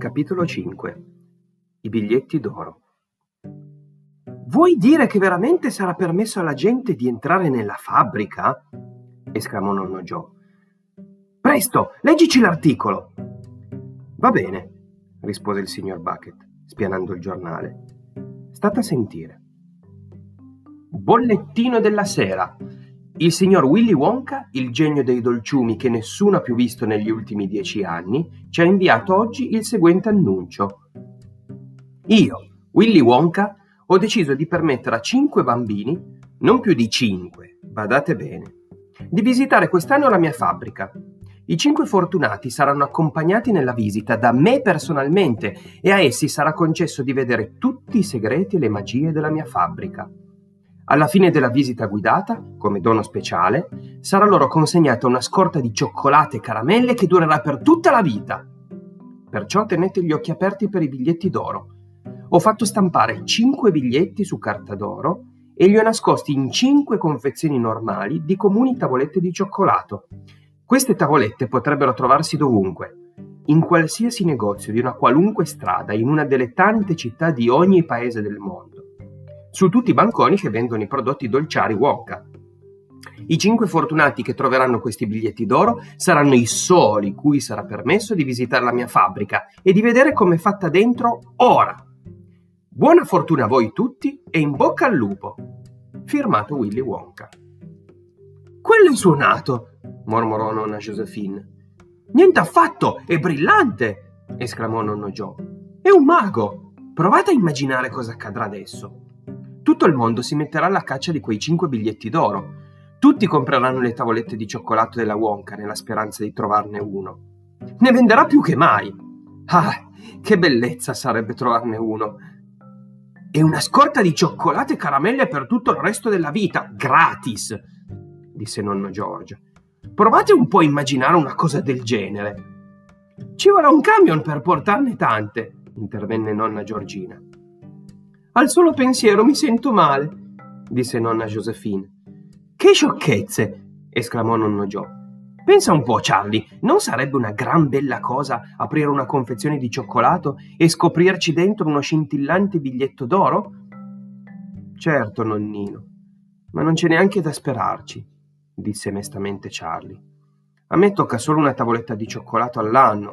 Capitolo 5. I biglietti d'oro. Vuoi dire che veramente sarà permesso alla gente di entrare nella fabbrica? Esclamò nonno Joe. Presto, leggici l'articolo. Va bene, rispose il signor Bucket, spianando il giornale. State a sentire. Bollettino della sera. Il signor Willy Wonka, il genio dei dolciumi che nessuno ha più visto negli ultimi 10 anni, ci ha inviato oggi il seguente annuncio. Io, Willy Wonka, ho deciso di permettere a 5 bambini, non più di 5, badate bene, di visitare quest'anno la mia fabbrica. I 5 fortunati saranno accompagnati nella visita da me personalmente e a essi sarà concesso di vedere tutti i segreti e le magie della mia fabbrica. Alla fine della visita guidata, come dono speciale, sarà loro consegnata una scorta di cioccolate e caramelle che durerà per tutta la vita. Perciò tenete gli occhi aperti per i biglietti d'oro. Ho fatto stampare 5 biglietti su carta d'oro e li ho nascosti in 5 confezioni normali di comuni tavolette di cioccolato. Queste tavolette potrebbero trovarsi dovunque, in qualsiasi negozio di una qualunque strada, in una delle tante città di ogni paese del mondo, su tutti i banconi che vendono i prodotti dolciari Wonka. I 5 fortunati che troveranno questi biglietti d'oro saranno i soli cui sarà permesso di visitare la mia fabbrica e di vedere com'è fatta dentro ora. Buona fortuna a voi tutti e in bocca al lupo. Firmato Willy Wonka. Quello è suonato, mormorò nonna Josephine. Niente affatto, è brillante, esclamò nonno Joe. È un mago. Provate a immaginare cosa accadrà adesso. Tutto il mondo si metterà alla caccia di quei 5 biglietti d'oro. Tutti compreranno le tavolette di cioccolato della Wonka nella speranza di trovarne uno. Ne venderà più che mai. Ah, che bellezza sarebbe trovarne uno. E una scorta di cioccolate e caramelle per tutto il resto della vita, gratis, disse nonno George. Provate un po' a immaginare una cosa del genere. Ci vorrà un camion per portarne tante, intervenne nonna Georgina. Al solo pensiero mi sento male, disse nonna Josephine. Che sciocchezze, esclamò nonno Joe. Pensa un po', Charlie, non sarebbe una gran bella cosa aprire una confezione di cioccolato e scoprirci dentro uno scintillante biglietto d'oro? Certo, nonnino, ma non c'è neanche da sperarci, disse mestamente Charlie. A me tocca solo una tavoletta di cioccolato all'anno.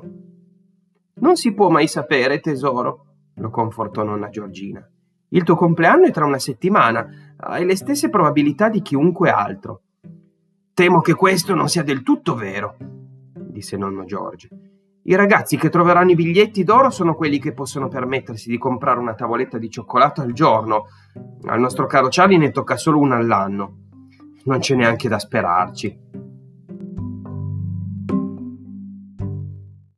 Non si può mai sapere, tesoro, lo confortò nonna Georgina. Il tuo compleanno è tra una settimana, hai le stesse probabilità di chiunque altro. Temo che questo non sia del tutto vero, disse nonno George. I ragazzi che troveranno i biglietti d'oro sono quelli che possono permettersi di comprare una tavoletta di cioccolato al giorno. Al nostro caro Charlie ne tocca solo una all'anno. Non c'è neanche da sperarci.